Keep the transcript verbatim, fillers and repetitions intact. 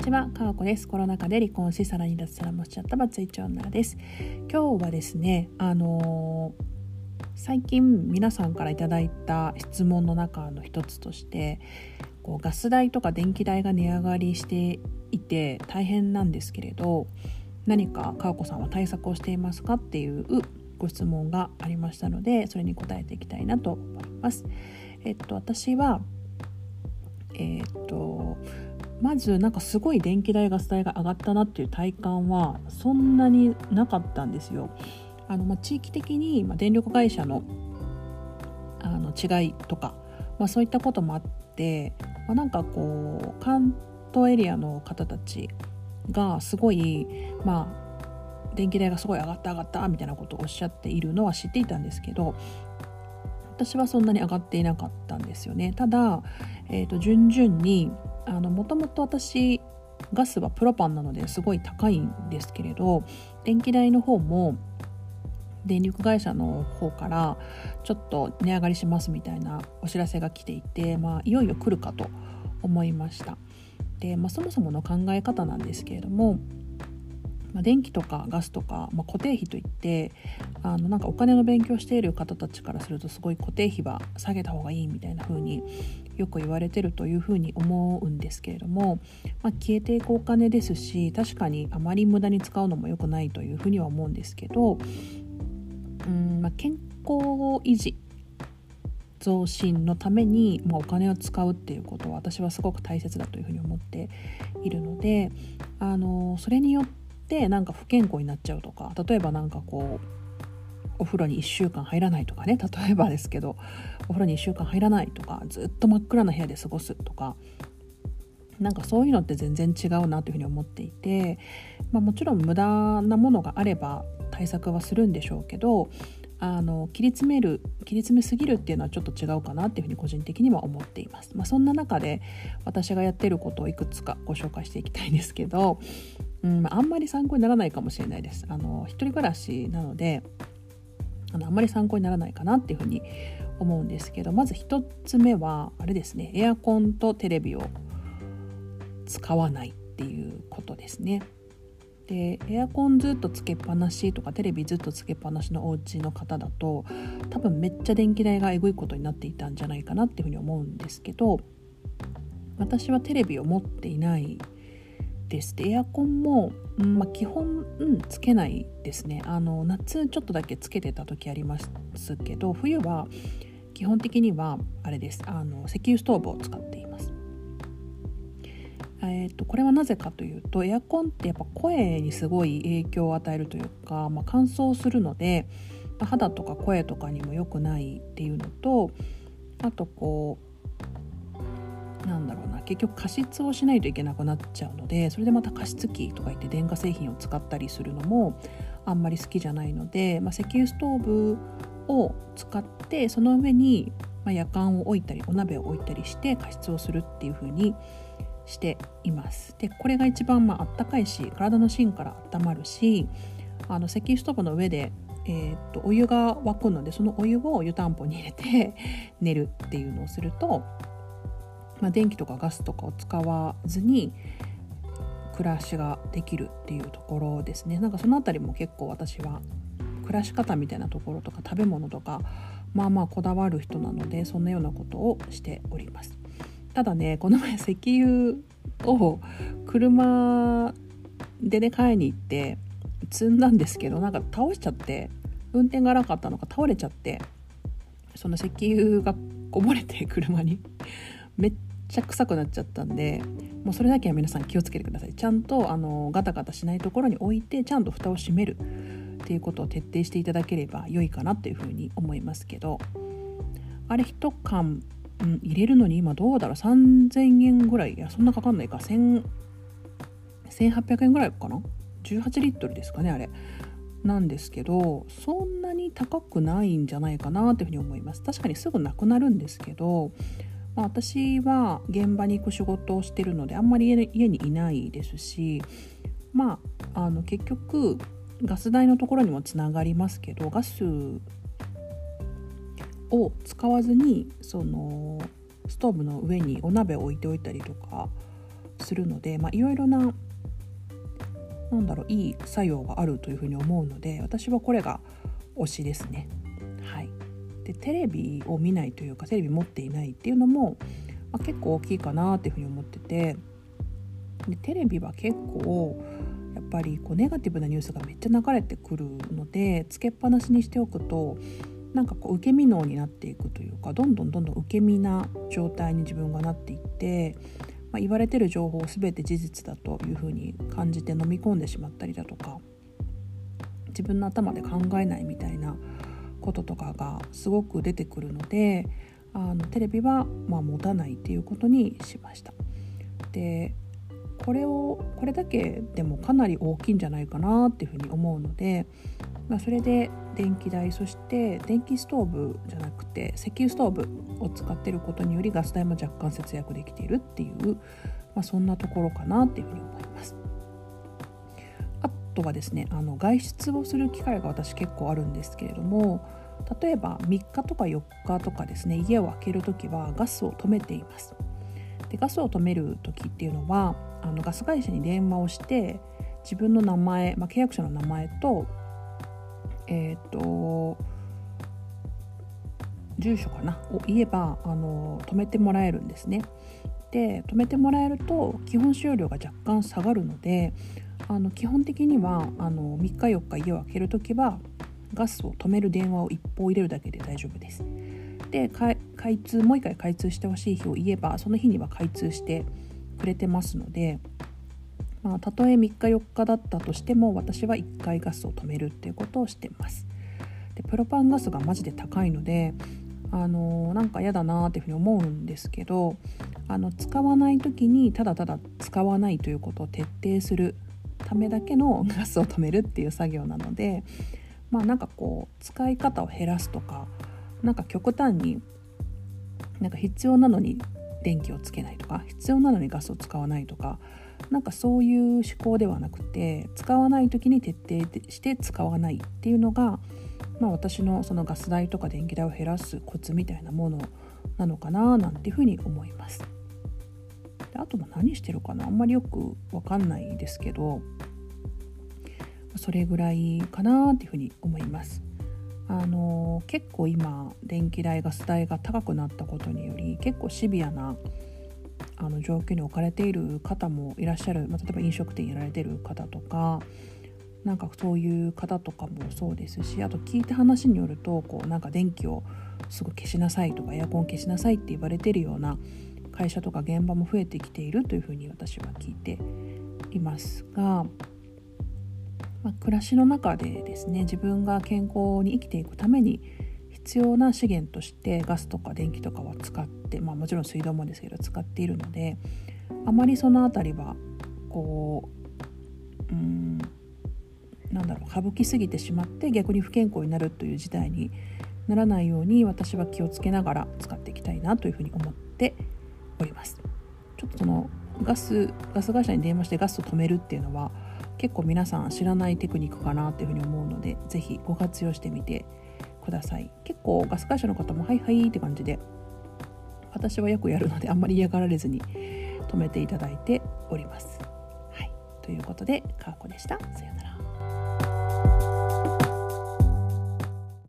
ちは、かわこです。コロナ禍で離婚しさらに脱サラもしちゃったバツイチ女です。今日はですね、あのー、最近皆さんからいただいた質問の中の一つとして、こうガス代とか電気代が値上がりしていて大変なんですけれど、何かかわこさんは対策をしていますかっていうご質問がありましたので、それに答えていきたいなと思います。えっと私はえっとまずなんかすごい電気代ガス代が上がったなっていう体感はそんなになかったんですよ。あの、まあ、地域的に、まあ、電力会社の、あの違いとか、まあ、そういったこともあって、まあ、なんかこう関東エリアの方たちがすごい、まあ、電気代がすごい上がった上がったみたいなことをおっしゃっているのは知っていたんですけど、私はそんなに上がっていなかったんですよね。ただ、えーと、順々にあのもともと私ガスはプロパンなのですごい高いんですけれど、電気代の方も電力会社の方からちょっと値上がりしますみたいなお知らせが来ていて、まあ、いよいよ来るかと思いました。で、まあ、そもそもの考え方なんですけれども、まあ、電気とかガスとか、まあ、固定費といってあのなんかお金の勉強している方たちからするとすごい固定費は下げた方がいいみたいな風によく言われてるという風に思うんですけれども、まあ、消えていくお金ですし、確かにあまり無駄に使うのも良くないという風には思うんですけど、うん、まあ、健康維持増進のために、まあ、お金を使うっていうことは私はすごく大切だという風に思っているので、あのそれによってなんか不健康になっちゃうとか、例えばなんかこうお風呂にいっしゅうかん入らないとかね、例えばですけどお風呂にいっしゅうかん入らないとか、ずっと真っ暗な部屋で過ごすとか、なんかそういうのって全然違うなというふうに思っていて、まあ、もちろん無駄なものがあれば対策はするんでしょうけど、あの切り詰める切り詰めすぎるっていうのはちょっと違うかなっていうふうに個人的には思っています。まあ、そんな中で私がやってることをいくつかご紹介していきたいんですけど、うんまあ、あんまり参考にならないかもしれないです。あの一人暮らしなのであのあんまり参考にならないかなっていうふうに思うんですけど、まず一つ目はあれですね、エアコンとテレビを使わないっていうことですね。でエアコンずっとつけっぱなしとかテレビずっとつけっぱなしのお家の方だと多分めっちゃ電気代がえぐいことになっていたんじゃないかなっていうふうに思うんですけど、私はテレビを持っていないです。でエアコンも、うんまあ、基本、うん、つけないですね。あの夏ちょっとだけつけてた時ありますけど、冬は基本的にはあれです、あの石油ストーブを使っています。えー、とこれはなぜかというと、エアコンってやっぱ声にすごい影響を与えるというか、まあ、乾燥するので、まあ、肌とか声とかにも良くないっていうのと、あとこうなんだろうな、結局加湿をしないといけなくなっちゃうので、それでまた加湿器とか言って電化製品を使ったりするのもあんまり好きじゃないので、まあ、石油ストーブを使ってその上にまあ夜間を置いたりお鍋を置いたりして加湿をするっていう風にしています。でこれが一番まああったかいし、体の芯から温まるし、あの石油ストーブの上で、えー、っとお湯が沸くので、そのお湯を湯たんぽに入れて寝るっていうのをすると、まあ、電気とかガスとかを使わずに暮らしができるっていうところですね。なんかそのあたりも結構私は暮らし方みたいなところとか食べ物とかまあまあこだわる人なので、そんなようなことをしております。ただね、この前石油を車でね買いに行って積んだんですけど、なんか倒しちゃって、運転が荒かったのか倒れちゃって、その石油がこぼれて車にめっちゃ臭くなっちゃったんで、もうそれだけは皆さん気をつけてください。ちゃんとあのガタガタしないところに置いて、ちゃんと蓋を閉めるっていうことを徹底していただければ良いかなというふうに思いますけど、あれ一缶、うん、入れるのに今どうだろう、さんぜんえんぐらい、いやそんなかかんないか、せんはっぴゃくえんぐらいかな、じゅうはちリットルですかねあれなんですけど、そんなに高くないんじゃないかなというふうに思います。確かにすぐなくなるんですけど、まあ、私は現場に行く仕事をしているのであんまり家にいないですし、まあ、あの結局ガス代のところにもつながりますけど、ガスを使わずにそのストーブの上にお鍋を置いておいたりとかするので、まあ、いろいろななんだろういい作用があるというふうに思うので、私はこれが推しですね。はい、でテレビを見ないというかテレビ持っていないっていうのも、まあ、結構大きいかなっていうふうに思ってて、でテレビは結構やっぱりこうネガティブなニュースがめっちゃ流れてくるので、つけっぱなしにしておくとなんかこう受け身脳になっていくというか、どんどんどんどん受け身な状態に自分がなっていって、まあ、言われてる情報を全て事実だというふうに感じて飲み込んでしまったりだとか、自分の頭で考えないみたいなこととかがすごく出てくるので、あのテレビはまあ持たないっていうことにしました。でこれをこれだけでもかなり大きいんじゃないかなっていうふうに思うので、まあ、それで電気代、そして電気ストーブじゃなくて石油ストーブを使っていることによりガス代も若干節約できているっていう、まあ、そんなところかなっていうふうに思います。あとはですね、あの外出をする機会が私結構あるんですけれども、例えばみっかとかよっかとかですね、家を空けるときはガスを止めています。でガスを止めるときっていうのは、あのガス会社に電話をして自分の名前、まあ、契約者の名前とえー、と住所かなを言えばあの止めてもらえるんですね。で止めてもらえると基本使用量が若干下がるので、あの基本的にはあのみっかよっか家を空けるときはガスを止める電話を一報入れるだけで大丈夫です。で開通もう一回開通してほしい日を言えばその日には開通してくれてますので、まあ、たとえみっかよっかだったとしても私はいっかいガスを止めるっていうことをしてます。でプロパンガスがマジで高いので、あのー、なんか嫌だなっていうふうに思うんですけど、あの使わない時にただただ使わないということを徹底するためだけのガスを止めるっていう作業なので、まあなんかこう使い方を減らすとか、なんか極端になんか必要なのに電気をつけないとか、必要なのにガスを使わないとか、なんかそういう思考ではなくて、使わない時に徹底して使わないっていうのが、まあ、私のそのガス代とか電気代を減らすコツみたいなものなのかななんていうふうに思います。であとも何してるかな、あんまりよくわかんないですけど、それぐらいかなっていうふうに思います。あの結構今電気代ガス代が高くなったことにより結構シビアなあの状況に置かれている方もいらっしゃる、まあ、例えば飲食店やられている方とか、なんかそういう方とかもそうですし、あと聞いた話によるとこうなんか電気をすぐ消しなさいとかエアコン消しなさいって言われているような会社とか現場も増えてきているというふうに私は聞いていますが、まあ、暮らしの中でですね、自分が健康に生きていくために必要な資源としてガスとか電気とかは使って、まあ、もちろん水道もですけど使っているので、あまりそのあたりはこう、うーんなんだろう省きすぎてしまって逆に不健康になるという事態にならないように私は気をつけながら使っていきたいなというふうに思っております。ちょっとそのガス、ガス会社に電話してガスを止めるっていうのは結構皆さん知らないテクニックかなというふうに思うので、ぜひご活用してみてください。結構ガス会社の方もはいはいって感じで、私はよくやるのであんまり嫌がられずに止めていただいております。はい、ということでかーこでした。さようなら。